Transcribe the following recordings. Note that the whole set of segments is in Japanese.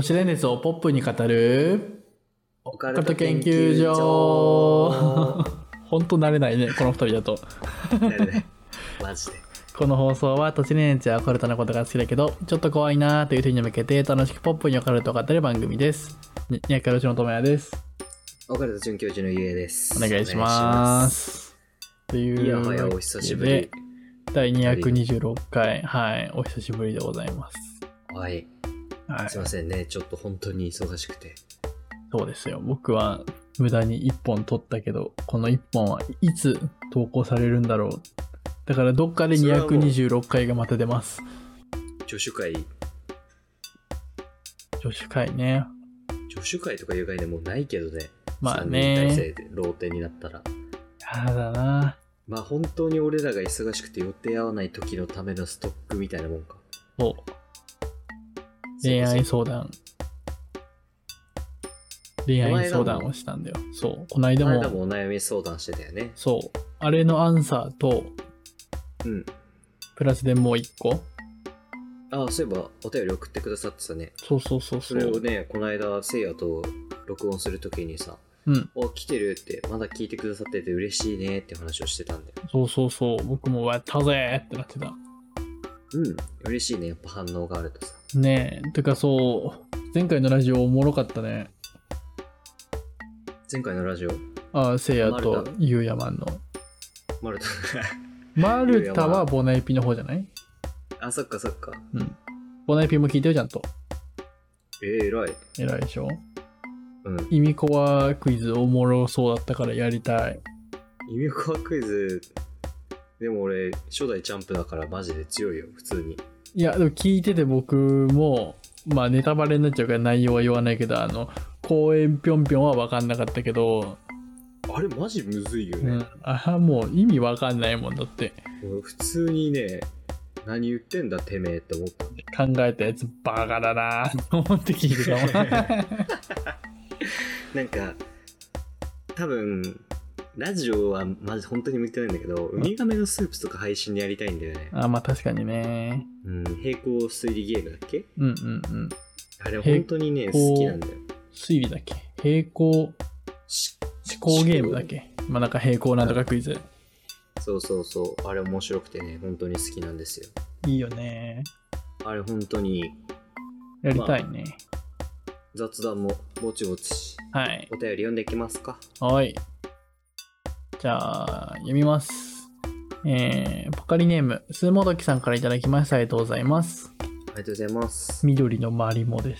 都市伝説をポップに語るオカオカルト研究所。ほんと慣れないね、この二人だと。 ねマジで。 この放送は都市伝説やオカルトなことが好きだけどちょっと怖いなーという人に向けて楽しくポップにオカルトを語る番組です。にやかろしのともやです。 オカルト准教授のゆえです。 お願いします。といういやはやお久しぶり。 第226回、はい、お久しぶりでございます。 はい。すいませんね、ちょっと本当に忙しくて。 そうですよ。僕は無駄に1本撮ったけど、この1本はいつ投稿されるんだろう。だからどっかで226回がまた出ます。 助手会。 助手会ね。 助手会とかいう概念もうないけどね。 まあね。 3人体制でローテになったら。 やだな。 まあ本当に俺らが忙しくて予定合わない時のためのストックみたいなもんか。 そう。恋愛相談をしたんだよ。そう。この間もお悩み相談してたよね。 そう。あれのアンサーと、プラスでもう一個。 ああ、そういえばお便り送ってくださってたね。 そう。 それをね、この間せいやと録音するときにさ、来てるって、まだ聞いてくださってて嬉しいねって話をしてたんだよ。 そう。僕もやったぜってなってた。 嬉しいね、やっぱ反応があるとさ。 ねえ、てかそう、前回のラジオおもろかったね。 前回のラジオ？ ああ、せいやとゆうやまんの。 マルタ。 マルタはボナエピの方じゃない？ あ、そっか。 ボナエピも聞いてるじゃんと。 偉い。 偉いでしょ？意味コアクイズおもろそうだったからやりたい。 意味コアクイズ、でも俺、初代チャンプだからマジで強いよ、普通に。 いや、でも聞いてて僕も、まあネタバレになっちゃうから内容は言わないけど、公園ぴょんぴょんは分かんなかったけど、 あれマジむずいよね。 もう意味分かんないもんだって。 普通にね、何言ってんだてめえって思った。 考えたやつバカだなと思って聞いてたもん。 なんか多分ラジオはマジ本当に向いてないんだけど、ウミガメのスープとか配信でやりたいんだよね。 まあ確かにね。 並行推理ゲームだっけ？あれ本当にね好きなんだよ。 推理だっけ？並行思考ゲームだっけ？まあなんか並行なんとかクイズ。 そう。あれ面白くてね、本当に好きなんですよ。 いいよね。あれ本当にやりたいね。 雑談もぼちぼち。 はい。 お便り読んでいきますか。 はい。じゃあ、読みます。ポカリネーム、スーモドキさんからいただきました。ありがとうございます。 ありがとうございます。 緑のマリモです。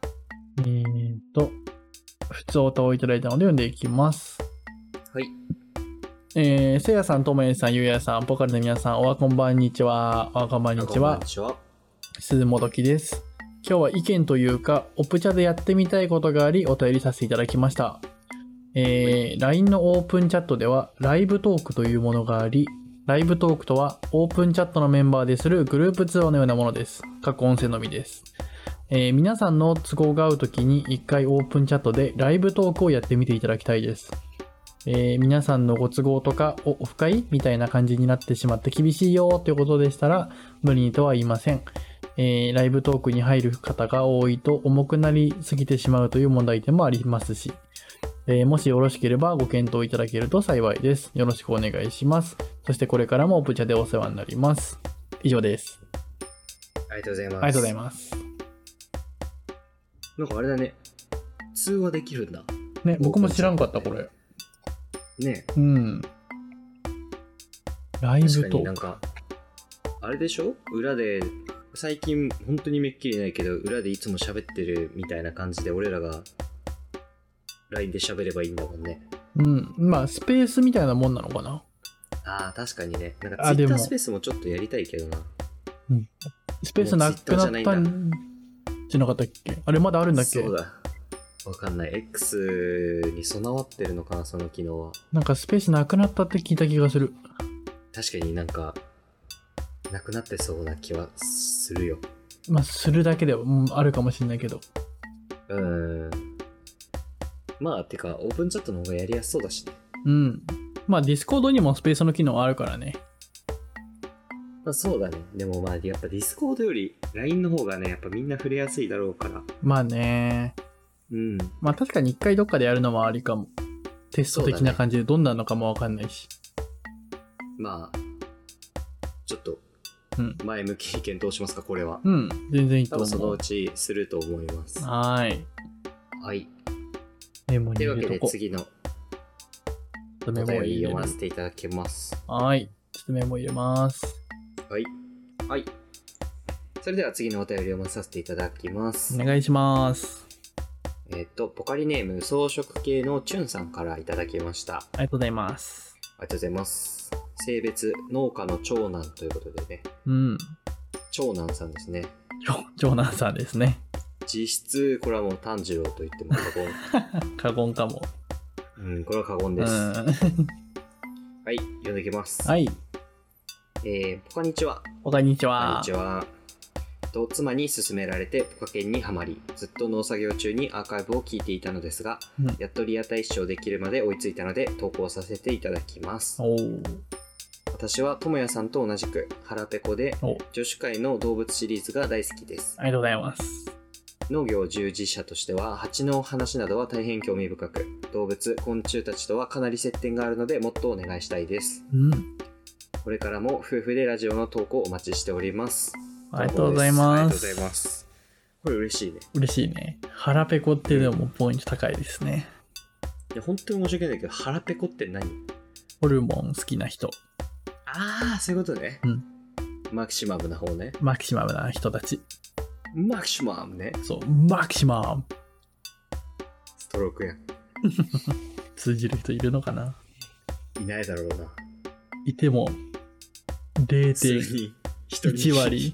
普通お歌をいただいたので読んでいきます。 はい。 せいやさん、ともえさん、ゆうやさん、ポカリの皆さん、おはこんばんにちは。おはこんばんにちは。スーモドキです。今日は意見というか、オプチャでやってみたいことがあり、お便りさせていただきました。LINE のオープンチャットでは、ライブトークというものがあり、ライブトークとは、オープンチャットのメンバーでするグループ通話のようなものです。音声のみです。皆さんの都合が合うときに、一回オープンチャットでライブトークをやってみていただきたいです。皆さんのご都合とか、オフ会みたいな感じになってしまって厳しいよということでしたら、無理にとは言いません。ライブトークに入る方が多いと重くなりすぎてしまうという問題点もありますし、もしよろしければご検討いただけると幸いです。よろしくお願いします。そしてこれからもオプチャでお世話になります。以上です。 ありがとうございます。 ありがとうございます。 なんかあれだね。通話できるんだ。 ね、僕も知らんかった、これ。 ね。 ライブトーク。 確かになんか、あれでしょ？裏で、最近本当にめっきりないけど、裏でいつも喋ってるみたいな感じで俺らが LINE で喋ればいいんだもんね。 まあスペースみたいなもんなのかな。 確かにね。なんか Twitter スペースもちょっとやりたいけどな。 スペースなくなったんじゃなかったっけ？あれまだあるんだっけ？ そうだ。わかんない。X に備わってるのかな、その機能は。 なんかスペースなくなったって聞いた気がする。 確かになんかなくなってそうな気はするよ。 まあするだけでは、あるかもしれないけど。 まあてかオープンチャットの方がやりやすそうだしね。 まあディスコードにもスペースの機能あるからね。 まあそうだね。でもまあやっぱディスコードより LINE の方がね、やっぱみんな触れやすいだろうから。 まあね。 うん。 まあ確かに一回どっかでやるのもありかも。テスト的な感じでどんなのかもわかんないし。 まあ、ちょっとうん。 前向きに検討しますか、これは。 うん。全然いいと多分その思う。 うちすると思います。 はーい。 はい。 メモにというわけ入れとこで次のう。メお便りモ入れる読ませていただきます。 はーい。ちょっとメモ入れます。 はい。はい。それでは次のお便りを読まさせていただきます。 お願いします。 ポカリネーム草食系のチュンさんからいただきました。 ありがとうございます。 ありがとうございます。性別、農家の長男ということでね。 うん。 長男さんですね。 長男さんですね。 実質、これはもう炭治郎と言っても過言。 過言かも。 うん、これは過言うです。 ん。 はい、読んでいきます。 はい。 こんにちは。 こんにちこんはに。ちは。妻に勧められてポカケンにはまり、ずっと農作業中にアーカイブを聞いていたのですが、 うんやっとリアタイ視聴できるまで追いついたので投稿させていただきます。 おー。 私はともやさんと同じく腹ペコでお、 女子会の動物シリーズが大好きです。 ありがとうございます。 農業従事者としては蜂の話などは大変興味深く、動物昆虫たちとはかなり接点があるのでもっとお願いしたいです。 うん。 これからも夫婦でラジオの投稿お待ちしております。 ありがとうございます。 ありがとうございます。これ嬉しいね。 嬉しいね。腹ペコっていうのもポイント高いですね。 いや本当に申し訳ないけど、腹ペコって何？ ホルモン好きな人。 ああ、そういうことね。 うん。 マキシマムな方ね。 マキシマムな人たち。 マキシマムね。 そう。マキシマム。 ストロークやん。 通じる人いるのかな？ いないだろうな。 いても、0.1 割。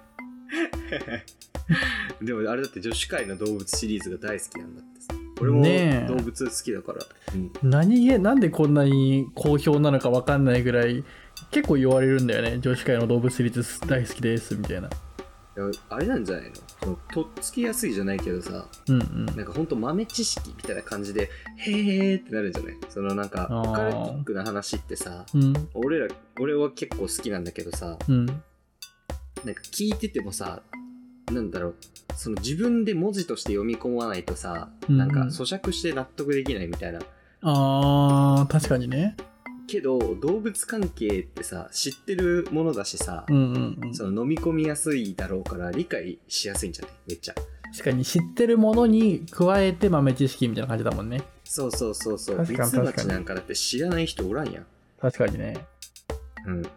でもあれだって女子会の動物シリーズが大好きなんだってさ。俺もねえ動物好きだから。うんなんでこんなに好評なのか分かんないぐらい結構言われるんだよね。女子会の動物シリーズ大好きですみたいな。 いやあれなんじゃないの？そのとっつきやすいじゃないけどさ、 うんうん。 なんかほんと豆知識みたいな感じでへーってなるんじゃない？そのなんかオカルティックな話ってさ、 うん俺は結構好きなんだけどさ、 うんなんか聞いててもさ、なんだろう、その自分で文字として読み込まないとさ、 うんうんなんか咀嚼して納得できないみたいな。 確かにね。 けど動物関係ってさ、知ってるものだしさ、 うんうんうん。 その飲み込みやすいだろうから理解しやすいんじゃない？めっちゃ。 確かに知ってるものに加えて豆知識みたいな感じだもんね。 そうそうそうそう。 確かにミツバチなんかだって知らない人おらんやん。 確かにね。 うん。っ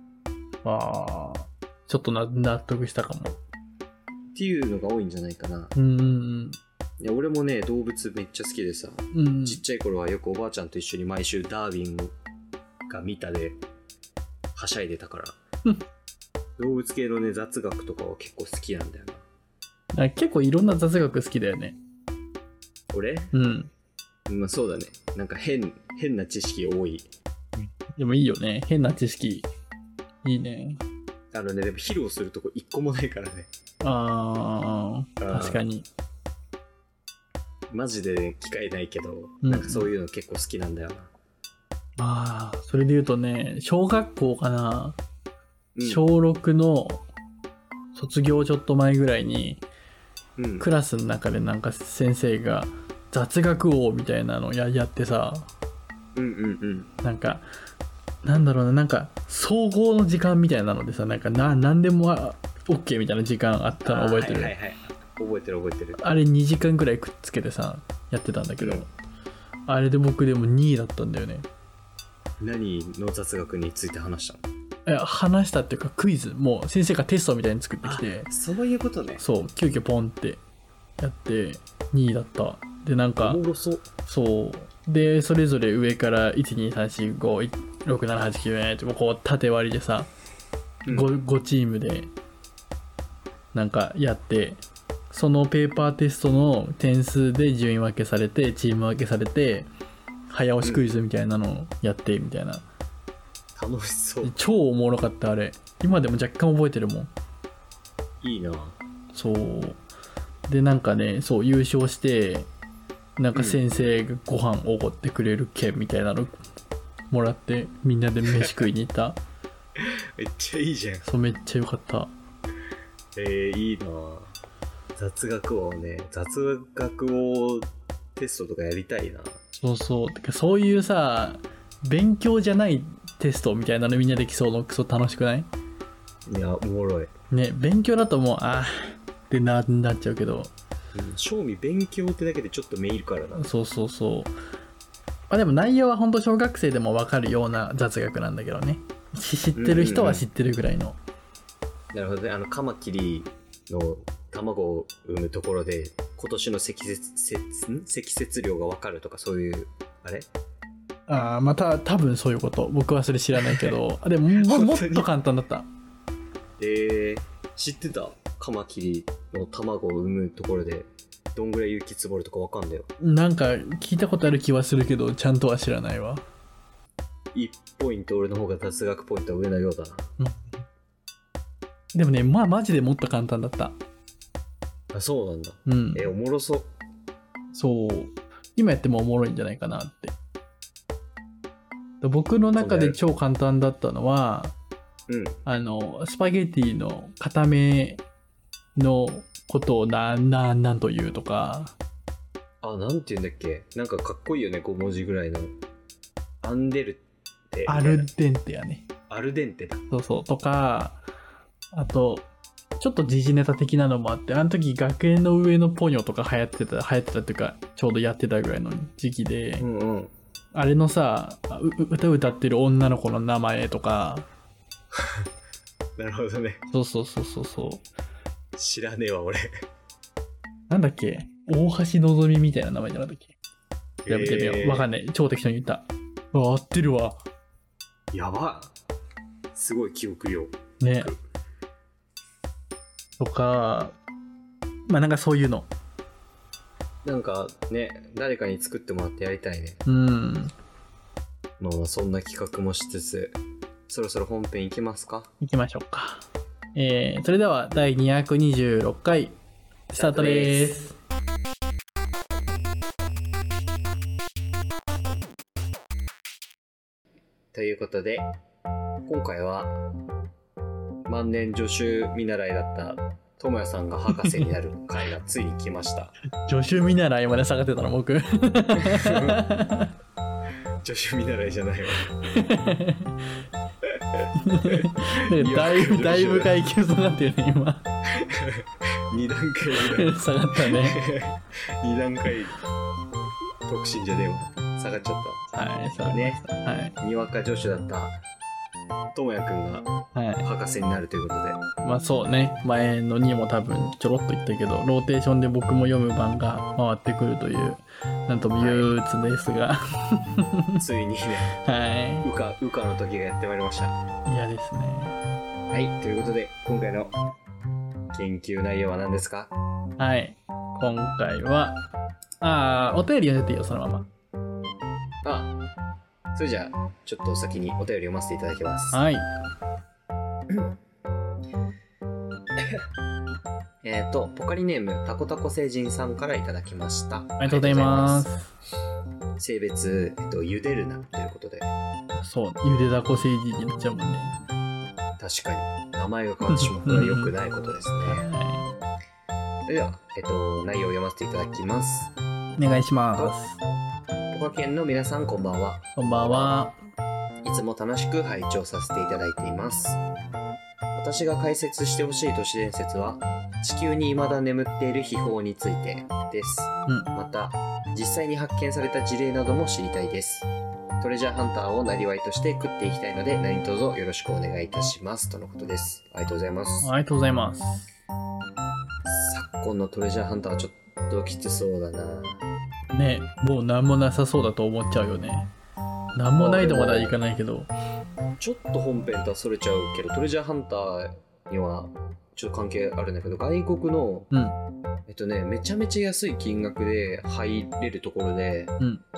ちょっと納得したかも。 ていうのが多いんじゃないかな。 うんうんいや俺もね、動物めっちゃ好きでさ、 うん。うん。 ちっちゃい頃はよくおばあちゃんと一緒に毎週ダーウィンが見たではしゃいでたからうん動物系のね雑学とかは結構好きなんだよな。 結構いろんな雑学好きだよね。 俺？ うん。 まあそうだね。なんか変な知識多い。 でもいいよね。変な知識。いいね。 でも披露するとこ一個もないからね。 確かに。 マジで、ね、機会ないけど、 うんなんかそういうの結構好きなんだよな。 それで言うとね、小学校かな、 うん、 小6の卒業ちょっと前ぐらいに、 うん、 クラスの中でなんか先生が雑学王みたいなのやってさ、 うんうんうん、 なんかなんだろうな、なんか総合の時間みたいなのでさ、なんか何でもOK みたいな時間あったの覚えてる？ はいはいはい、覚えてる。 あれ2時間くらいくっつけてさやってたんだけど、 うん、 あれで僕でも2位だったんだよね。 何の雑学について話したの？ いや、話したっていうかクイズ、もう先生がテストみたいに作ってきて、 そういうことね。 そう急遽ポンってやって2位だった。でなんかおもろそう。 そうでそれぞれ上から123456789ってこう縦割りでさ、 うん、 5チームでなんかやって、そのペーパーテストの点数で順位分けされてチーム分けされて早押しクイズみたいなのをやってみたいな、 楽しそう。 超おもろかった。あれ今でも若干覚えてるもん。 いいな。 そうでなんかね、そう優勝してなんか先生がご飯おごってくれる券みたいなのもらってみんなで飯食いに行っためっちゃいいじゃん。 そう、めっちゃよかった。 いいな。雑学王ね。雑学王テストとかやりたいな。 そうそう。てかそういうさ、勉強じゃないテストみたいなのみんなできそうのクソ楽しくない？ いや、おもろい。 ね、勉強だともう、ってなっちゃうけど。 正味勉強ってだけでちょっとメールからな。 そうそうそう。でも内容は本当小学生でも分かるような雑学なんだけどね。知ってる人は知ってるぐらいの。 なるほどね。カマキリの卵を産むところで今年の積雪量が分かるとか、そういうあれ？ また多分そういうこと。僕はそれ知らないけど、でももっと簡単だった。 知ってた？カマキリの卵を産むところでどんぐらい雪積もるとか分かんだよ。 なんか聞いたことある気はするけど、ちゃんとは知らないわ。 1ポイント俺の方が雑学ポイントは上のようだな。 でもね、マジでもっと簡単だった。 そうなんだ。おもろそう。 そう。今やってもおもろいんじゃないかなって。僕の中で超簡単だったのは、スパゲティの固めのことをなんと言うとか。 なんて言うんだっけ？なんかかっこいいよね、5文字ぐらいの。アルデンテやね。アルデンテだ。 そうそう。とか、あと、ちょっと時事ネタ的なのもあって、あの時学園の上のポニョとか流行ってたっていうか、ちょうどやってたぐらいの時期で、あれのさ、歌ってる女の子の名前とか。 なるほどね。 そう。 知らねえわ、俺。 なんだっけ？大橋のぞみみたいな名前じゃなかったっけ？やめてみよう。わかんない。超適当に言った。合ってるわ。 やば。すごい記憶量。 ね。とか、なんかそういうの。 なんかね、誰かに作ってもらってやりたいね。そんな企画もしつつ、そろそろ本編行きますか？ 行きましょうか。それでは第226回スタートです。 ということで、今回は万年助手見習いだったともやさんが博士になる回がついに来ました。 助手見習いまで下がってたの僕。 助手見習いじゃないわ。 だいぶ階級下がってるね今。 2段階ぐらい下がったね。 2段階特進じゃねえわ。下がっちゃった。 はい、下がりました。はい。 にわか助手だったともやくんが博士になるということで、 そうね、前のにも多分ちょろっと言ったけど、ローテーションで僕も読む番が回ってくるというなんとも憂鬱ですが、 ついにね、羽化の時がやってまいりました。 嫌ですね。 はい、ということで今回の研究内容は何ですか？ はい、今回はお便り読んでていいよ、そのまま。 それじゃあちょっと先にお便り読ませていただきます。 はい。 ポカリネームタコタコ星人さんからいただきました。 ありがとうございます。 性別、ゆでるなということで。 そう、ゆでだこ星人になっちゃうもんね。 確かに名前が変わってしまうのは良くないことですね。それでは、内容を読ませていただきます。 お願いします。 ポカケンの皆さん、こんばんは。 こんばんは。 いつも楽しく拝聴させていただいています。私が解説してほしい都市伝説は、地球に未だ眠っている秘宝についてです。また、実際に発見された事例なども知りたいです。トレジャーハンターをなりわいとして食っていきたいので、何卒よろしくお願いいたします。とのことです。ありがとうございます。 ありがとうございます。 昨今のトレジャーハンターはちょっときつそうだな。 ね、もう何もなさそうだと思っちゃうよね。何もないとまだいかないけど。 ちょっと本編とはそれちゃうけど、トレジャーハンターにはちょっと関係あるんだけど、外国の、めちゃめちゃ安い金額で入れるところで、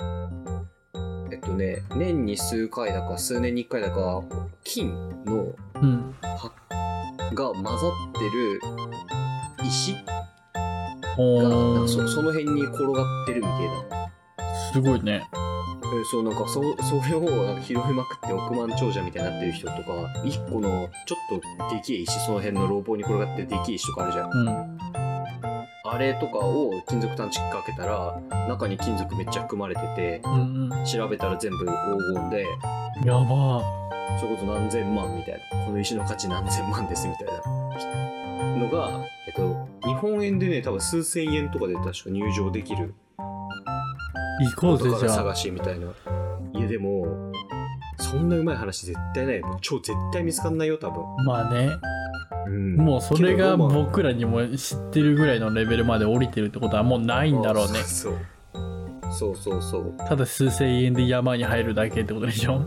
年に数回だか数年に1回だか金の、が混ざってる石がなんかその辺に転がってるみたいな。 すごいね。 そうなんかそれをなんか拾いまくって億万長者みたいになってる人とか、一個のちょっとでけえ石、その辺の廊下に転がってるでけえ石とかあるじゃん、 うん、 あれとかを金属探知機かけたら中に金属めっちゃ含まれてて、 うんうん、 調べたら全部黄金で、 やばー、 それこそ何千万みたいな、この石の価値何千万ですみたいなのが、日本円でね多分数千円とかで確か入場できる。 行こうぜじゃあ。 探しみたいな。いやでもそんなうまい話絶対ない。もう超絶対見つかんないよ多分。 まあね、 うん、 もうそれが僕らにも知ってるぐらいのレベルまで降りてるってことはもうないんだろうね。 そうただ数千円で山に入るだけってことでしょ。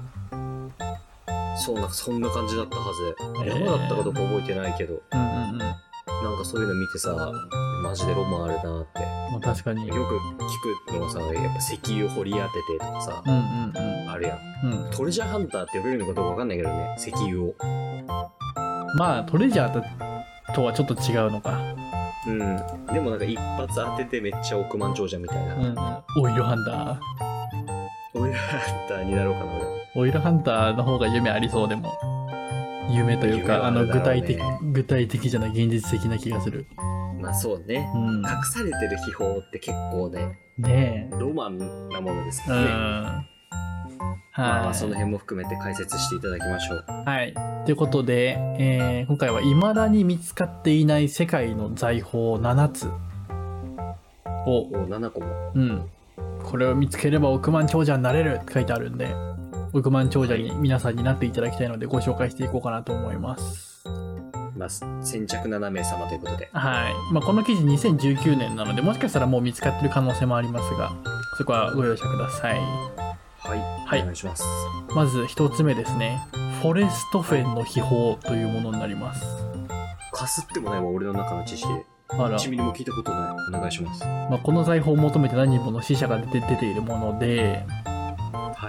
そう、なんかそんな感じだったはず。山だったかどうか覚えてないけど、 うんうんうん、 なんかそういうの見てさ、マジでロマンあるなって。 まあ、確かによく聞くのはさ、やっぱ石油を掘り当ててとかさ、 うんうんうん、 あるやん、うん、トレジャーハンターって呼べるのかどうかわかんないけどね、石油を。 まあトレジャーとはちょっと違うのか。 うん、でもなんか一発当ててめっちゃ億万長者みたいな、 うんうん、オイルハンター。 オイルハンターになろうかな俺。 オイルハンターの方が夢ありそう。でも夢というか、 ね、 具体的じゃない現実的な気がする。 まあそうね、うん、隠されてる秘宝って結構ねロマンなものですからね。まあその辺も含めて解説していただきましょう。 はい。ということで、今回は未だに見つかっていない世界の財宝7つを 7個も、 うん、これを見つければ億万長者になれるって書いてあるんで、億万長者に皆さんになっていただきたいのでご紹介していこうかなと思います。 まあ、先着7名様ということで、 はい。まあ、この記事2019年なのでもしかしたらもう見つかってる可能性もありますが、そこはご容赦ください。 はい、はい、お願いします。 まず一つ目ですね。フォレストフェンの秘宝というものになります。 かすってもないわ、俺の中の知識で。1ミリも聞いたことない。お願いします。 まあ、この財宝を求めて何人もの死者が出ているもので、 はい。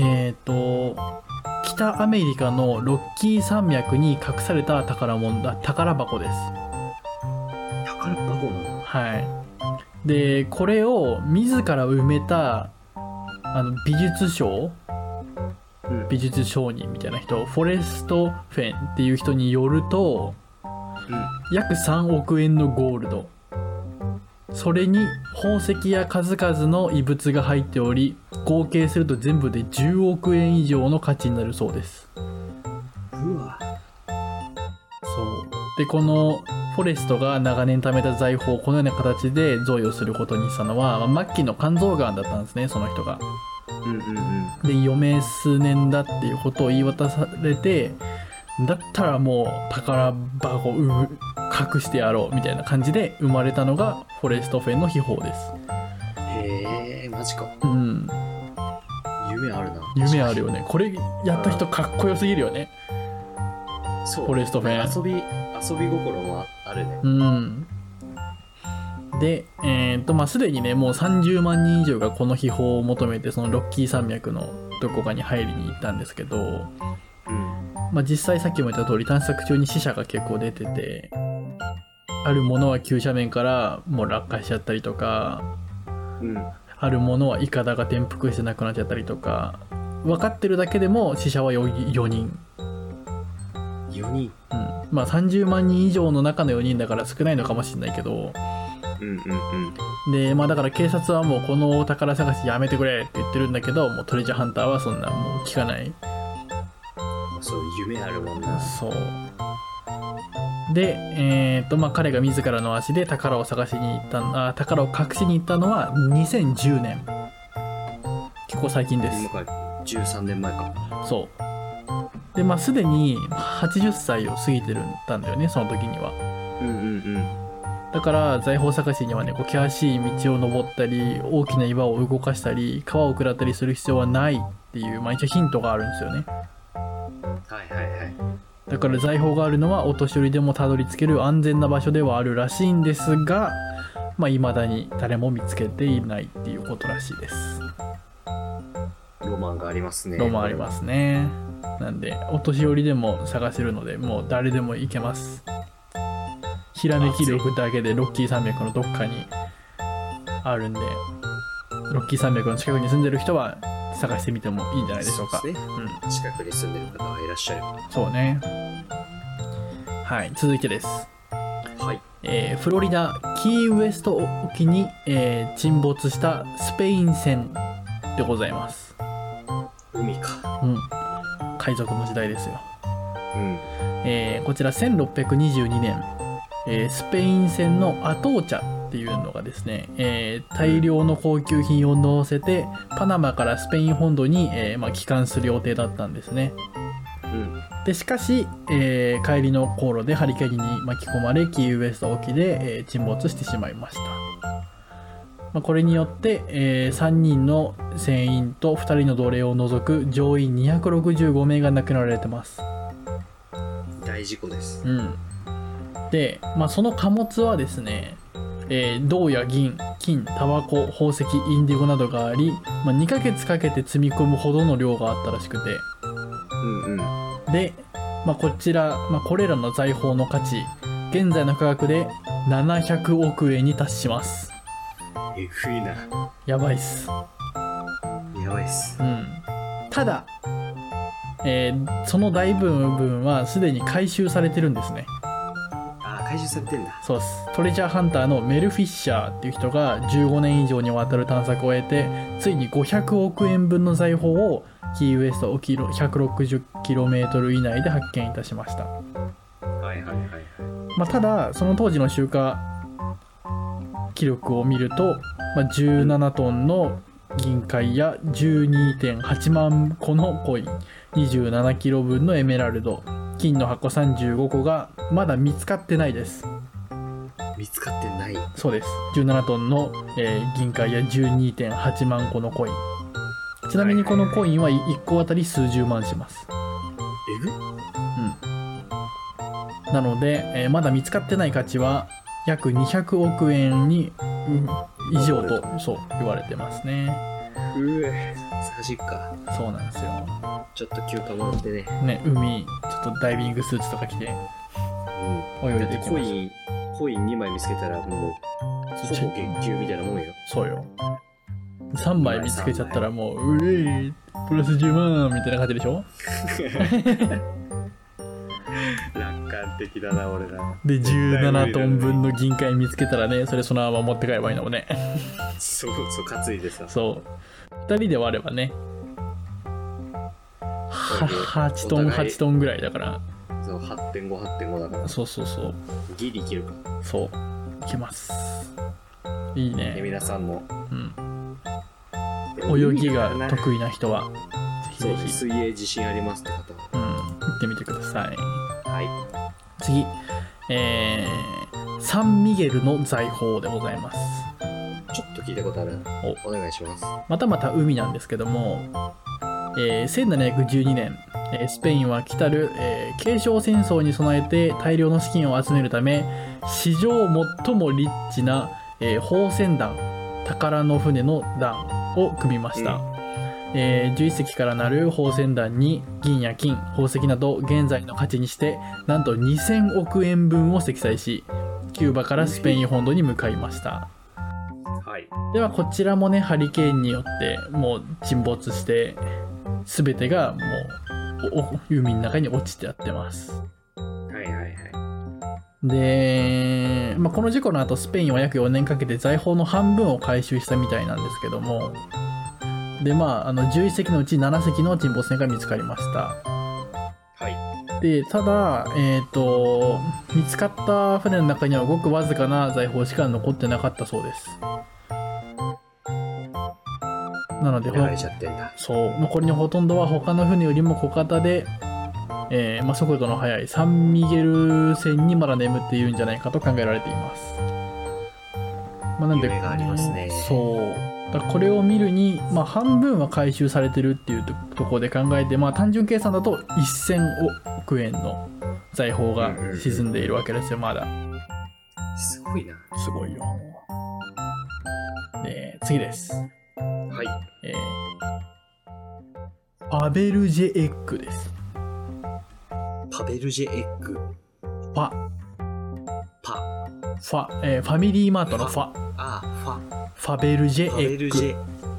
北アメリカのロッキー山脈に隠された宝箱です。 宝箱なの？ はい。で、これを自ら埋めた美術商、美術商人みたいな人、フォレストフェンっていう人によると、約3億円のゴールド、それに宝石や数々の遺物が入っており、合計すると全部で10億円以上の価値になるそうです。 うわ。 そうで、このフォレストが長年貯めた財宝をこのような形で贈与することにしたのは、末期の肝臓がんだったんですね、その人が。で、余命数年だっていうことを言い渡されて、だったらもう宝箱を隠してやろうみたいな感じで生まれたのがフォレストフェンの秘宝です。 へえ、マジか。 うん。 夢あるな。 夢あるよね。これやった人かっこよすぎるよね。 そう。 フォレストフェン。 遊び心もあるね。 うん。で、まあ、すでにね、もう30万人以上がこの秘宝を求めて、そのロッキー山脈のどこかに入りに行ったんですけど、まあ、実際さっきも言った通り探索中に死者が結構出てて、あるものは急斜面からもう落下しちゃったりとか、あるものはイカダが転覆してなくなっちゃったりとか、分かってるだけでも死者は4人。 4人、 まあ30万人以上の中の4人だから少ないのかもしれないけど、で、まあだから警察はもうこの宝探しやめてくれって言ってるんだけど、もうトレジャーハンターはそんなもう聞かない。 そう、夢あるもんな。 そうで、まあ彼が自らの足で宝を探しに行った宝を隠しに行ったのは2010年。結構最近です。 今から13年前か。 そうで、まあすでに80歳を過ぎてるんだよね、その時には。だから財宝探しにはね、こう険しい道を登ったり大きな岩を動かしたり川を下ったりする必要はないっていう、まあ一応ヒントがあるんですよね。だから財宝があるのはお年寄りでもたどり着ける安全な場所ではあるらしいんですが、まあ未だに誰も見つけていないっていうことらしいです。 ロマンがありますね。 ロマンありますね。なんでお年寄りでも探せるので、もう誰でも行けます。ひらめき力だけでロッキー山脈のどっかにあるんで、 ロッキー山脈の近くに住んでる人は探してみてもいいんじゃないでしょうか。 そうですね。近くに住んでる方がいらっしゃる。 そうね。はい、続いてです。 はい。 フロリダキーウエスト沖に、沈没したスペイン船でございます。 海か。 海賊の時代ですよ。こちら1622年、スペイン船のアトーチャっていうのがですね、大量の高級品を乗せてパナマからスペイン本土に、帰還する予定だったんですね。でしかし、帰りの航路でハリケーンに巻き込まれキーウエスト沖で、沈没してしまいました。これによって、3人の船員と2人の奴隷を除く乗員265名が亡くなられてます。 大事故です。 で、その貨物はですね、銅や銀、金、タバコ、宝石、インディゴなどがあり、2ヶ月かけて積み込むほどの量があったらしくて、で、こちら、これらの財宝の価値、現在の価格で700億円に達します。 えぐいな。 やばいっす。 やばいっす。 ただ、その大部分はすでに回収されてるんですね。 回収されてんだ。 そうです。トレジャーハンターのメル・フィッシャーっていう人が15年以上にわたる探索を終えて、ついに500億円分の財宝をキーウエスト沖 160km 以内で発見いたしました。ただその当時の集荷記録を見ると、17トンの銀塊や 12.8 万個のコイン、27キロ分のエメラルド、金の箱35個がまだ見つかってないです。 見つかってない。 そうです。17トンの、銀塊や 12.8 万個のコイン。ちなみにこのコインは1個あたり数十万します。なので、まだ見つかってない価値は約200億円に、以上とそう言われてますね。 マジか。 そうなんですよ。 ちょっと休憩もらってね。 海ちょっとダイビングスーツとか着て、泳いできました。 コイン2枚見つけたらもうほぼ月給みたいなもんよ。 そうよ。3枚見つけちゃったらもうプラス10万みたいな感じでしょ。 楽観的だな俺ら。 で17トン分の銀塊見つけたらね、それそのまま持って帰ればいいのもね。 そう担いでさ。 そう2人で割ればね、8トンぐらいだから。 そう 8.5 だから。 そうギリいけるか。 そういけます。いいね。 皆さんも、 泳ぎが得意な人はぜひ水泳自信ありますって方は、 行ってみてください。 次、 サンミゲルの財宝でございます。 ちょっと聞いたことある。お願いします。 また海なんですけども、1712年、スペインは来たる、継承戦争に備えて大量の資金を集めるため、史上最もリッチな、宝船団、宝の船の団を組みました。11隻からなる宝船団に銀や金、宝石など現在の価値にしてなんと2000億円分を積載し、キューバからスペイン本土に向かいました。ではこちらもね、ハリケーンによってもう沈没して全てがもう海の中に落ちてやってます。で、この事故の後スペインは約4年かけて財宝の半分を回収したみたいなんですけども、で11隻のうち7隻の沈没船が見つかりました。でただ、見つかった船の中にはごくわずかな財宝しか残ってなかったそうです。なので残りのほとんどは他の船よりも小型で、速度の速いサンミゲル船にまだ眠っているんじゃないかと考えられています。なんで夢がありますね。 だこれを見るに、半分は回収されてるっていうところで考えて、単純計算だと1000億円の財宝が沈んでいるわけですよ。まだすごいな。 すごいよ。次です。ファベルジェエッグです。 ファベルジェエッグ。 ファミリーマートのファ。ファベルジェエッグ。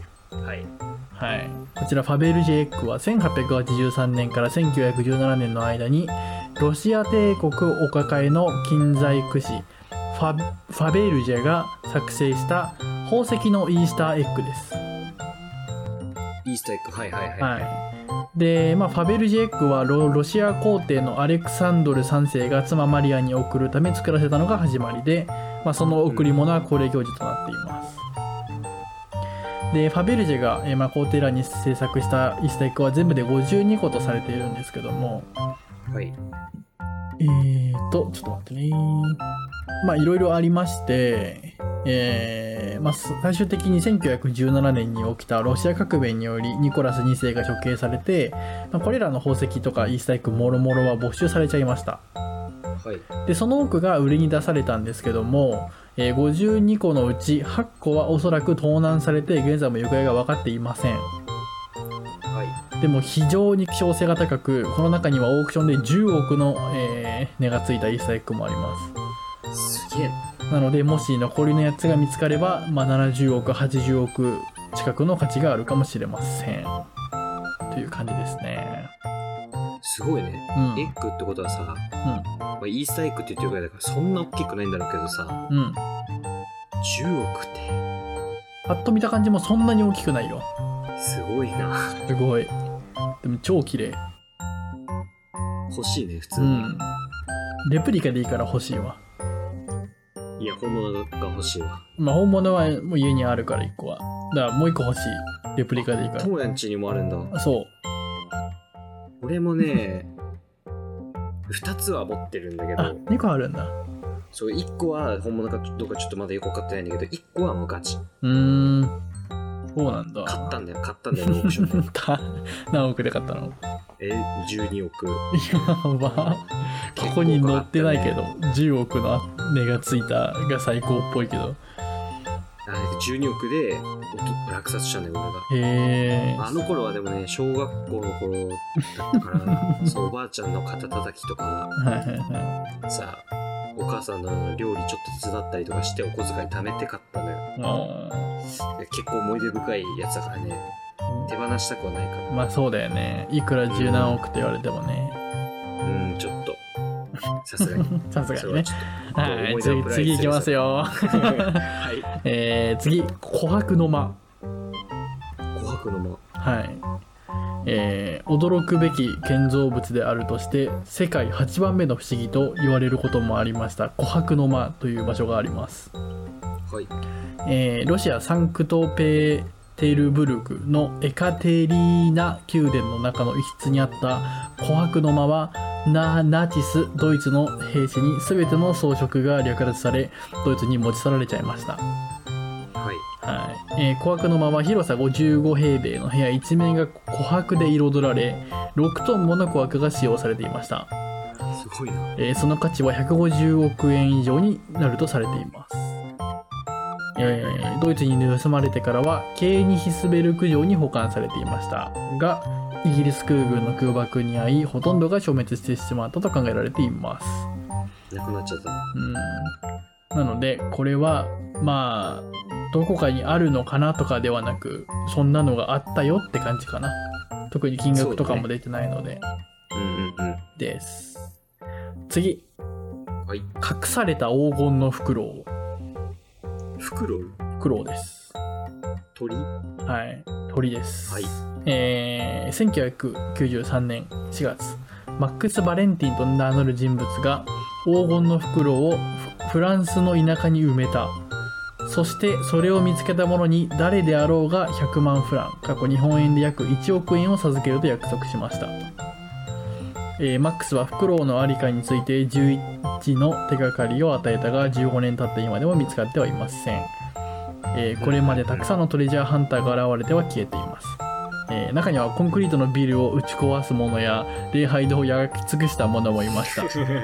はい、こちらファベルジェエッグは1883年から1917年の間にロシア帝国お抱えの近代駆使ファベルジェが作成した宝石のイースターエッグです。 イースターエッグ、はいはいはい、 はい、で、ファベルジェエッグは ロシア皇帝のアレクサンドル3世が妻マリアに贈るため作らせたのが始まりで、その贈り物は恒例行事となっています。でファベルジェが、皇帝らに制作したイースターエッグは全部で52個とされているんですけども、 はい、 ちょっと待ってね。いろいろありまして、最終的に1917年に起きたロシア革命によりニコラス2世が処刑されて、これらの宝石とかイースターエッグもろもろは没収されちゃいました。 はい、 でその多くが売りに出されたんですけども、52個のうち8個はおそらく盗難されて現在も行方が分かっていません。でも非常に希少性が高く、この中にはオークションで10億の、値がついたイースターエッグもあります。 すげえなのでもし残りのやつが見つかれば、70億80億近くの価値があるかもしれませんという感じですね。 すごいね、エッグってことはさ、イースターエッグって言ってるぐらいだからそんな大きくないんだろうけどさ、10億ってパッと見た感じもそんなに大きくないよ。 すごいな。 すごい。でも超綺麗。 欲しいね普通に、 レプリカでいいから欲しいわ。 いや本物が欲しいわ。 本物はもう家にあるから1個は。だからもう1個欲しい。レプリカでいいから。 友也ん家にもあるんだ。 そう。 俺もね2つは持ってるんだけど。 2個あるんだ。 そう、1個は本物かどうかちょっとまだよく分かってないんだけど、1個はもうガチ。 そうなんだ。 買ったんだよオークションで。 何億で買ったの ？12億。 やば。ここに載ってないけど、10億の値がついたが最高っぽいけど。 12億で落札したんだよ俺が。 へあの頃はでもね、小学校の頃だったからそう、おばあちゃんの肩たたきとかさ、お母さんの料理ちょっと手伝ったりとかしてお小遣い貯めて買ったのよ。結構思い出深いやつだからね、手放したくはないから。 そうだよね。いくら十何億って言われてもね。 ちょっとさすがにさすがにね。はい、次いきますよ。 はい。 次、琥珀の間。 琥珀の間。 はい。驚くべき建造物であるとして世界8番目の不思議と言われることもありました琥珀の間という場所があります。 はい。 ロシアサンクトペテルブルクのエカテリーナ宮殿の中の一室にあった琥珀の間はナチスドイツの兵士に全ての装飾が略奪されドイツに持ち去られちゃいました。琥珀の間は広さ55平米の部屋一面が琥珀で彩られ6トンもの琥珀が使用されていました。 すごいな。 その価値は150億円以上になるとされています。ドイツに盗まれてからはケーニヒスベルク城に保管されていましたがイギリス空軍の空爆に遭いほとんどが消滅してしまったと考えられています。 なくなっちゃった。 なのでこれはどこかにあるのかなとかではなくそんなのがあったよって感じかな。特に金額とかも出てないので、です。次、 はい、 隠された黄金のフクロウ。 フクロウです。 鳥？ はい、鳥です。 はい。 1993年4月マックス・バレンティンと名乗る人物が黄金のフクロウをフランスの田舎に埋めた。そしてそれを見つけた者に誰であろうが100万フラン過去日本円で約1億円を授けると約束しました。マックスはフクロウのありかについて11の手がかりを与えたが15年経った今でも見つかってはいません。これまでたくさんのトレジャーハンターが現れては消えています。中にはコンクリートのビルを打ち壊すものや礼拝堂を焼き尽くしたものもいました。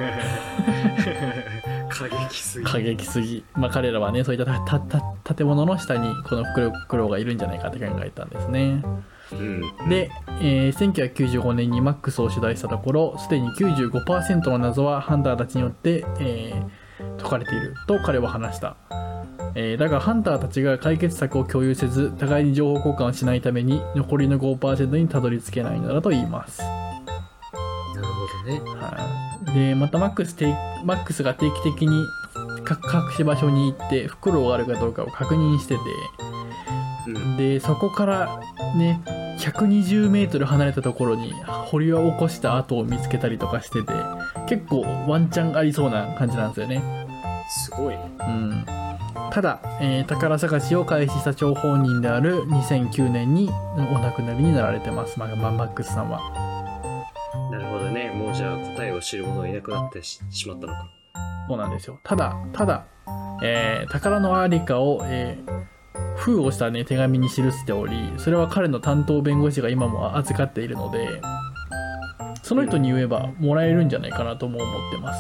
過激すぎ。彼らはねそういった建物の下にこのフクロウがいるんじゃないかって考えたんですね。で、1995年にマックスを取材したところすでに 95% の謎はハンターたちによって、解かれていると彼は話した。 だがハンターたちが解決策を共有せず互いに情報交換をしないために残りの 5% にたどり着けないのだと言います。 なるほどね。 はい。でまたマックスが定期的に隠し場所に行ってフクロウがあるかどうかを確認してて、でそこからね120メートル離れたところに堀を起こした跡を見つけたりとかしてて、結構ワンチャンありそうな感じなんですよね。 すごい。 ただ、宝探しを開始した張本人である2009年にお亡くなりになられてます、マックスさんは。 なるほどね。もうじゃあ答えを知る者はいなくなってしまったのか。 そうなんですよ。ただ、宝のありかを、封をしたね手紙に記しており、それは彼の担当弁護士が今も預かっているので、その人に言えばもらえるんじゃないかなとも思ってます。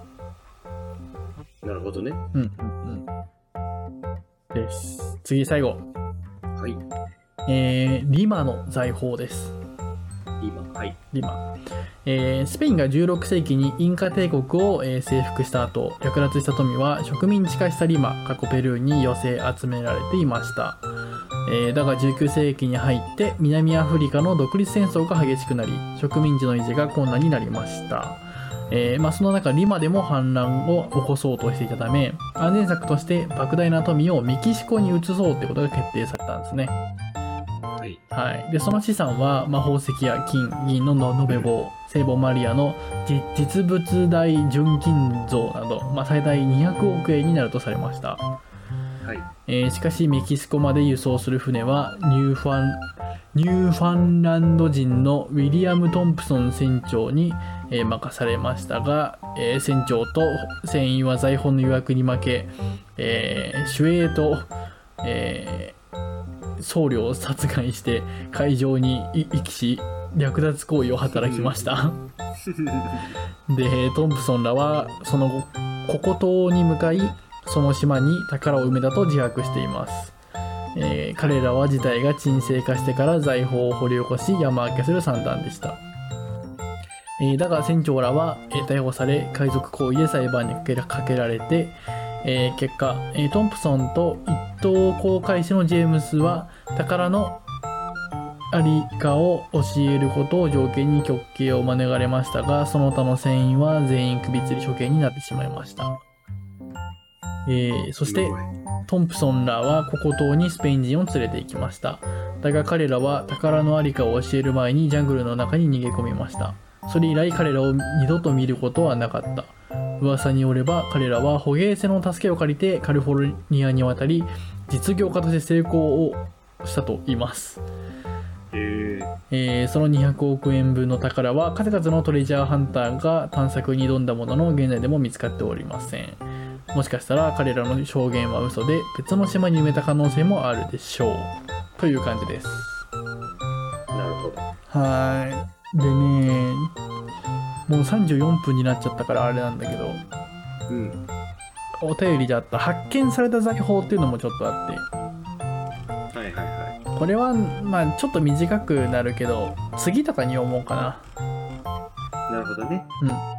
なるほどね。 です。次最後。 はい。 リマの財宝です。リマ。スペインが16世紀にインカ帝国を、征服した後、略奪した富は植民地化したリマ、ペルーに寄せ集められていました。だが19世紀に入って南アフリカの独立戦争が激しくなり、植民地の維持が困難になりました。その中リマでも反乱を起こそうとしていたため、安全策として莫大な富をメキシコに移そうということが決定されたんですね。でその資産は魔法石や金銀の延べ棒、聖母マリアの実物大純金像など、最大200億円になるとされました。しかしメキシコまで輸送する船はニューファンランド人のウィリアム・トンプソン船長に、任されましたが、船長と船員は財宝の誘惑に負け、守衛と、僧侶を殺害して海上に遺棄し略奪行為を働きましたでトンプソンらはその後ココ島に向かい、その島に宝を埋めたと自白しています。彼らは事態が沈静化してから財宝を掘り起こし山分けする算段でした。だが船長らは、逮捕され海賊行為で裁判にかけられて、結果、トンプソンと一等航海士のジェームスは宝のありかを教えることを条件に極刑を免れましたが、その他の船員は全員首吊り処刑になってしまいました。そしてトンプソンらはココ島にスペイン人を連れて行きました。だが彼らは宝のありかを教える前にジャングルの中に逃げ込みました。それ以来彼らを二度と見ることはなかった。噂によれば彼らは捕鯨船の助けを借りてカリフォルニアに渡り実業家として成功をしたと言います。その200億円分の宝は数々のトレジャーハンターが探索に挑んだものの現在でも見つかっておりません。もしかしたら彼らの証言は嘘で別の島に埋めた可能性もあるでしょうという感じです。 なるほど。 でね、もう34分になっちゃったからあれなんだけど、お便りであった発見された財宝っていうのもちょっとあって、これはちょっと短くなるけど次とかに読もうかな。 なるほどね。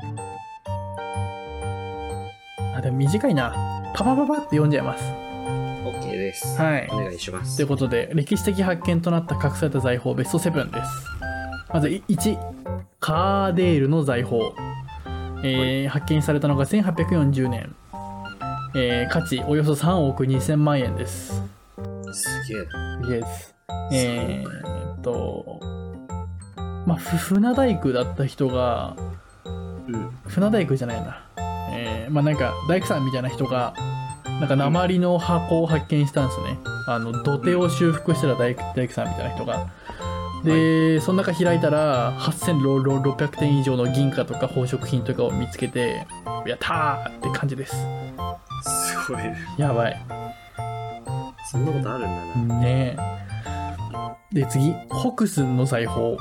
でも短いな。パパって読んじゃいます。 OK です。お願いします。 ということで歴史的発見となった隠された財宝ベスト7です。まず1、カーデールの財宝、発見されたのが1840年、価値およそ3億2000万円です。 すげえ。 です。船大工だった人が、船大工じゃないな、なんか大工さんみたいな人がなんか鉛の箱を発見したんですね。土手を修復したら大工さんみたいな人が。で、その中開いたら8600点以上の銀貨とか宝飾品とかを見つけて、やったーって感じです。 すごいね。 やばい。 そんなことあるんだな。 ねえ。で次、ホクスンの財宝。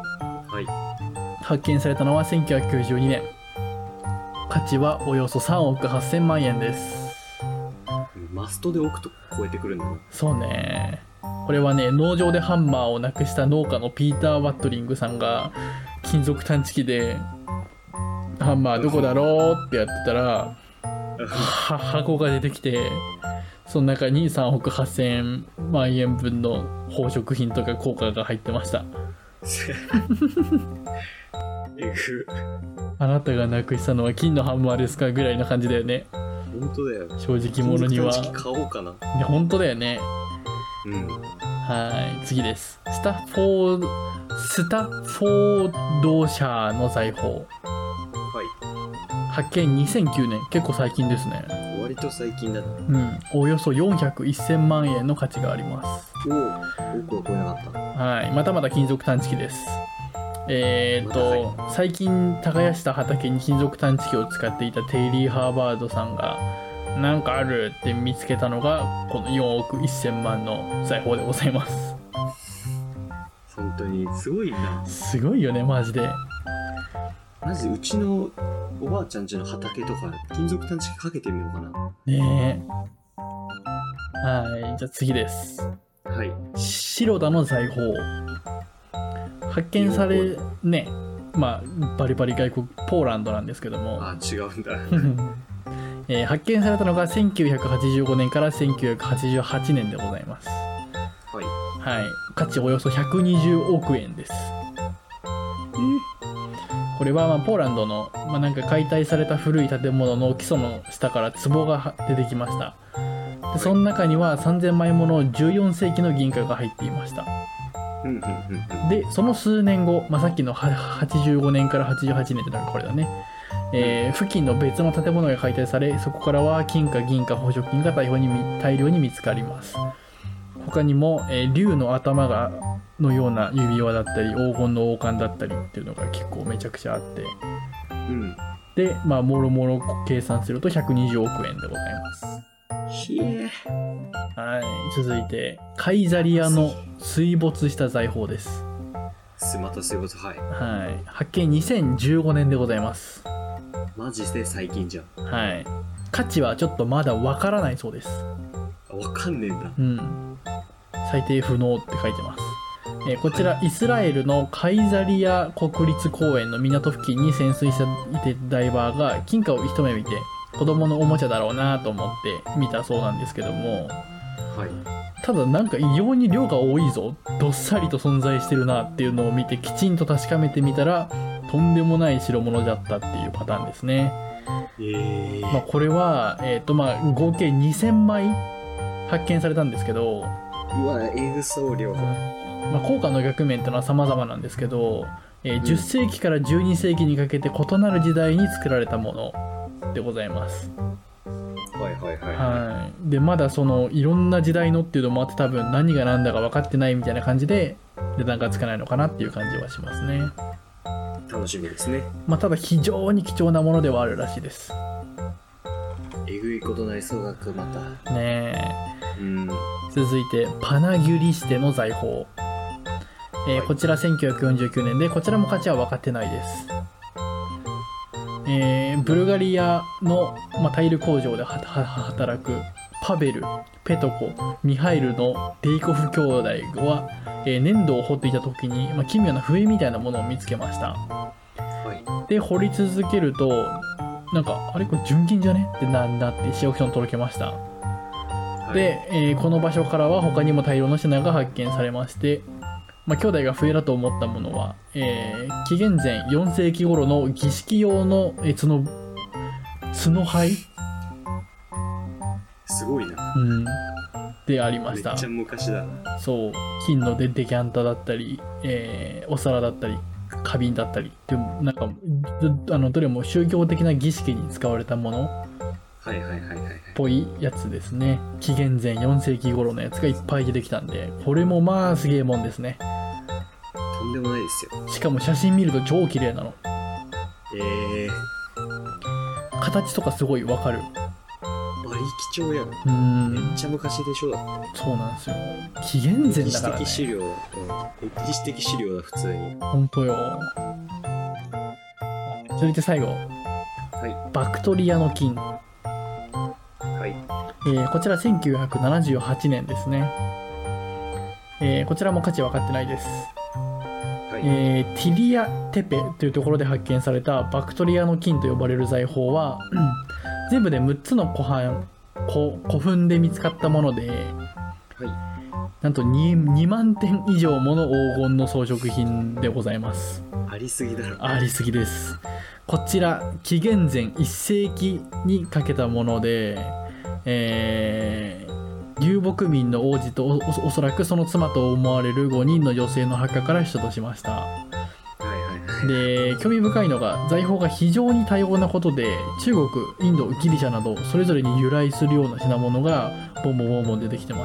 発見されたのは1992年。価値はおよそ3億8000万円です。 マストで置くと超えてくるんだな。 そうね。これはね、農場でハンマーをなくした農家のピーター・ワットリングさんが金属探知機でハンマーどこだろうってやってたら箱が出てきて、 その中に3億8000万円分の宝飾品とか硬貨が入ってました。 えぐ。 あなたがなくしたのは金のハンマーですかぐらいな感じだよね。 本当だよ。 正直者には。 買おうかな。 いや本当だよね。 うん。 はい、次です。スタッフォード社の財宝。はい。発見2009年。結構最近ですね。 割と最近だな。 うん。およそ400、1000万円の価値があります。 おお、億は超えなかった。 はい。またまた金属探知機です。最近耕した畑に金属探知機を使っていたテイリー・ハーバードさんがなんかあるって見つけたのがこの4億1000万の財宝でございます。 本当にすごいな。 すごいよねマジで。 マジうちのおばあちゃん家の畑とか金属探知機かけてみようかな。 ねえ。はい、じゃあ次です。 はい。 白田の財宝。発見されね、まあバリバリ外国ポーランドなんですけども。 あ、違うんだ。 発見されたのが1985年から1988年でございます。 はい。 はい。価値およそ120億円です。これはまあポーランドの、まあ、なんか解体された古い建物の基礎の下から壺が出てきました。でその中には3000枚もの14世紀の銀貨が入っていました。でその数年後、まあ、さっきの85年から88年ってのがこれだね、付近の別の建物が解体され、そこからは金貨銀貨宝飾金が大量に見つかります。他にも、竜の頭のような指輪だったり黄金の王冠だったりっていうのが結構めちゃくちゃあって、でまあもろもろ計算すると120億円でございます。はい、続いてカイザリアの水没した財宝です。 また水没。はい、 はい、発見2015年でございます。 マジで最近じゃん。 はい、価値はちょっとまだわからないそうです。 わかんねえんだ。 うん、最低不能って書いてます。こちらイスラエルのカイザリア国立公園の港付近に潜水したダイバーが金貨を一目見て子供のおもちゃだろうなと思って見たそうなんですけども、 はい、 ただなんか異様に量が多いぞ、どっさりと存在してるなっていうのを見てきちんと確かめてみたらとんでもない代物だったっていうパターンですね。まあ、これは、まあ、合計2000枚発見されたんですけど、 うわえぐそう量。 まあ、硬貨の額面ってのは様々なんですけど、10世紀から12世紀にかけて異なる時代に作られたものでございます。はい。でまだそのいろんな時代のっていうのもあって多分何が何だか分かってないみたいな感じで値段がつかないのかなっていう感じはしますね。 楽しみですね。 まあただ非常に貴重なものではあるらしいです。 えぐいことなりそうだくまたねえ。続いてパナギュリステの財宝。こちら1949年でこちらも価値は分かってないです。ブルガリアの、まあ、タイル工場で働くパベル、ペトコ、ミハイルのデイコフ兄弟は、粘土を掘っていた時に、まあ、奇妙な笛みたいなものを見つけました。で掘り続けるとなんかあれこれ純金じゃねってなって市役所に届けました。で、この場所からは他にも大量の品が発見されまして、まあ、兄弟が笛だと思ったものは、紀元前4世紀頃の儀式用の角灰すごいな。 でありました。 めっちゃ昔だな。 そう、金のデキャンタだったり、お皿だったり花瓶だったりっていうなんかどれも宗教的な儀式に使われたものっぽいやつですね。紀元前4世紀頃のやつがいっぱい出てきたんで、これもまあすげえもんですね。 とんでもないですよ。 しかも写真見ると超綺麗なの。形とかすごいわかる。 バリ貴重やん。めっちゃ昔でしょ。だってそうなんですよ。紀元前だからね。 歴史的資料だ普通に。 本当よ。続いて最後、バクトリアの金。こちら1978年ですね。こちらも価値分かってないです。ティリアテペというところで発見されたバクトリアの金と呼ばれる財宝は全部で6つの湖畔古墳で見つかったもので、 はい。 なんと 2万点以上もの黄金の装飾品でございます。 ありすぎだろ。 ありすぎです。こちら紀元前1世紀にかけたもので、遊牧民の王子と おそらくその妻と思われる5人の女性の墓から出土しました。で、興味深いのが財宝が非常に多様なことで、中国、インド、ギリシャなどそれぞれに由来するような品物がボンボンボンボン出てきてます。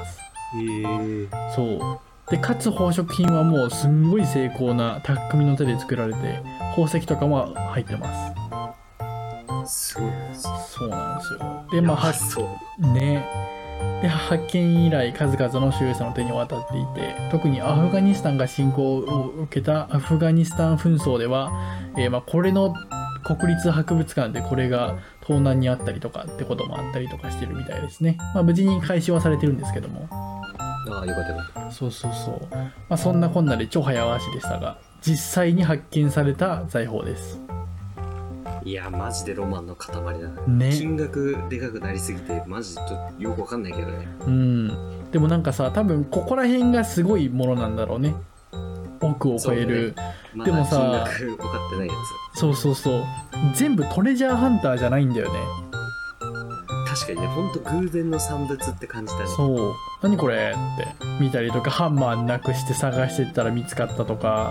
そうで、かつ宝飾品はもうすんごい精巧な匠の手で作られて、宝石とかも入ってます。 すごいです。 そうなんですよ。で、まあで、発見以来数々の所有者の手に渡っていて、特にアフガニスタンが侵攻を受けたアフガニスタン紛争では、これの国立博物館でこれが盗難にあったりとかってこともあったりとかしてるみたいですね。無事に回収はされてるんですけども。 ああ、よかったよかった。 そう。そんなこんなで超早足でしたが、実際に発見された財宝です。 いや、マジでロマンの塊だね。 金額でかくなりすぎてマジでよくわかんないけどね。 でもなんかさ、多分ここら辺がすごいものなんだろうね。億を超える、 ね。 でもさ、 金額分かってないやつ。そう全部トレジャーハンターじゃないんだよね。 確かにね、ほんと偶然の産物って感じだね。 そう、何これって見たりとか、ハンマーなくして探してったら見つかったとか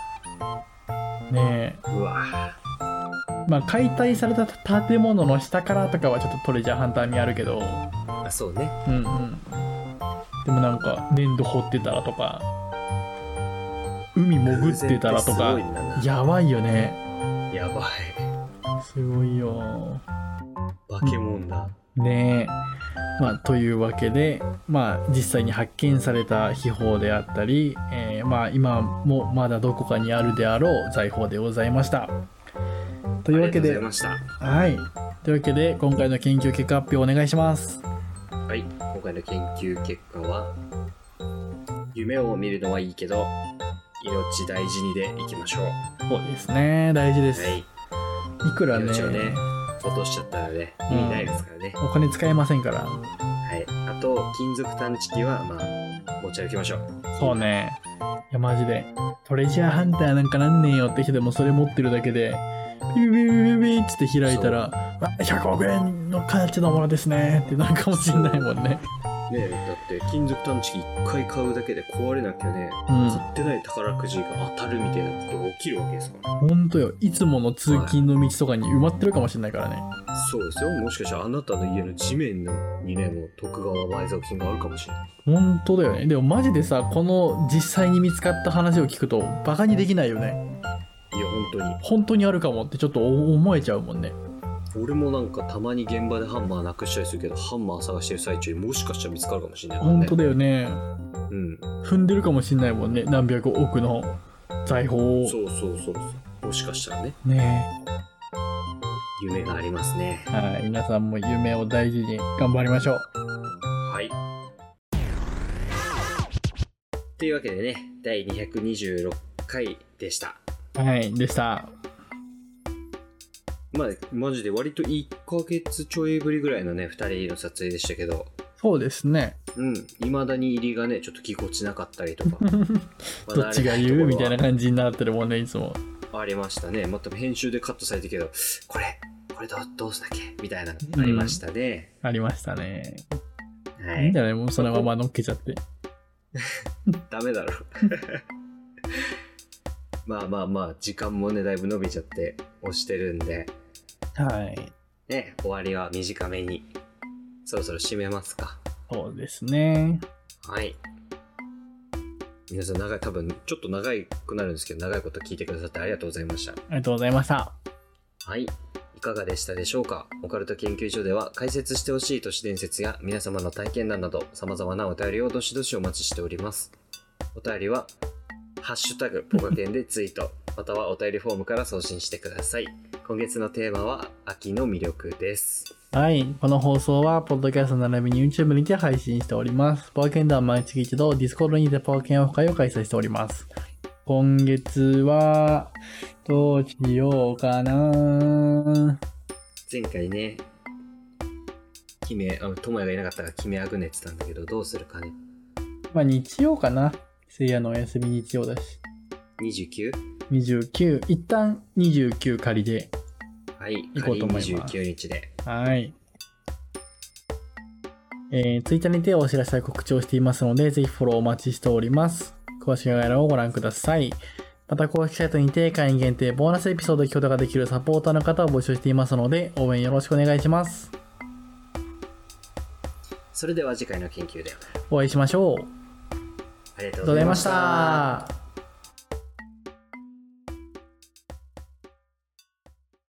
ね。 うわ、 解体された建物の下からとかはちょっとトレジャーハンターにあるけど、 あ、そうね。 でもなんか粘土掘ってたらとか、海潜ってたらとか、やばいよね。 やばい。 すごいよ。 化け物だ。 ねえ。というわけで、実際に発見された秘宝であったり、今もまだどこかにあるであろう財宝でございました。というわけで、はい。というわけで、今回の研究結果発表お願いします。 はい。今回の研究結果は、夢を見るのはいいけど、命大事にでいきましょう。 そうですね。大事です。 はい。 いくらね、 命をね、落としちゃったらね、意味ないですからね。 お金使えませんから。 はい。あと、金属探知機は、持ち歩きましょう。 そうね。いや、マジで。トレジャーハンターなんかなんねえよって人でもそれ持ってるだけで、ビビビビビビッつって開いたら、100億円の価値のものですねってなるかもしれないもんね。 ねえ、だって金属探知機1回買うだけで壊れなきゃね、買ってない宝くじが当たるみたいなことが起きるわけですから。 ほんとよ。いつもの通勤の道とかに埋まってるかもしれないからね。 そうですよ。もしかしたらあなたの家の地面にね、もう徳川埋蔵金があるかもしれない。 ほんとだよね。でもマジでさ、この実際に見つかった話を聞くとバカにできないよね。 いや、 本当にあるかもってちょっと思えちゃうもんね。 俺もなんかたまに現場でハンマーなくしたりするけど、ハンマー探してる最中にもしかしたら見つかるかもしれないからね。 本当だよね。踏んでるかもしれないもんね。何百億の財宝を。 そう。もしかしたらね。 ねえ。 夢がありますね。 はい。皆さんも夢を大事に頑張りましょう。 はい。というわけでね、第226回でした。 はい、でした。 マジで割と1ヶ月ちょいぶりぐらいのね、2人の撮影でしたけど。 そうですね。 未だに入りがね、ちょっとぎこちなかったりとか。 どっちが言うみたいな感じになってるもんね、いつも。 ありましたね。多分編集でカットされてるけど、これどうすんだっけみたいなのありましたね。 ありましたね。 はい。 いいんじゃない？もうそのまま乗っけちゃって。 ダメだろ。時間もね、だいぶ伸びちゃって押してるんで。 はい。 ね、終わりは短めに。そろそろ締めますか。 そうですね。 はい。皆さん多分ちょっと長くなるんですけど、長いこと聞いてくださってありがとうございました。 ありがとうございました。 はい。いかがでしたでしょうか。オカルト研究所では解説してほしい都市伝説や皆様の体験談など様々なお便りをどしどしお待ちしております。お便りはハッシュタグポカケンでツイートまたはお便りフォームから送信してください。今月のテーマは秋の魅力です。 はい。この放送はポッドキャスト並びに YouTube にて配信しております。ポカケンでは毎月一度 Discord にてポカケンオフ会を開催しております。今月はどうしようかな。 前回ね、 智也がいなかったから決めあぐねてたんだけど、どうするかね。 まあ日曜かな。せいやのお休み日曜だし。 29？ 一旦29仮で。 はい、 行こうと思います。 29日で。 はい。ツイッターにてお知らせや告知をしていますので、ぜひフォローお待ちしております。詳しい概要欄をご覧ください。また公式サイトにて会員限定ボーナスエピソード聞くことができるサポーターの方を募集していますので、応援よろしくお願いします。 それでは次回の研究でお会いしましょう。 ありがとうございました。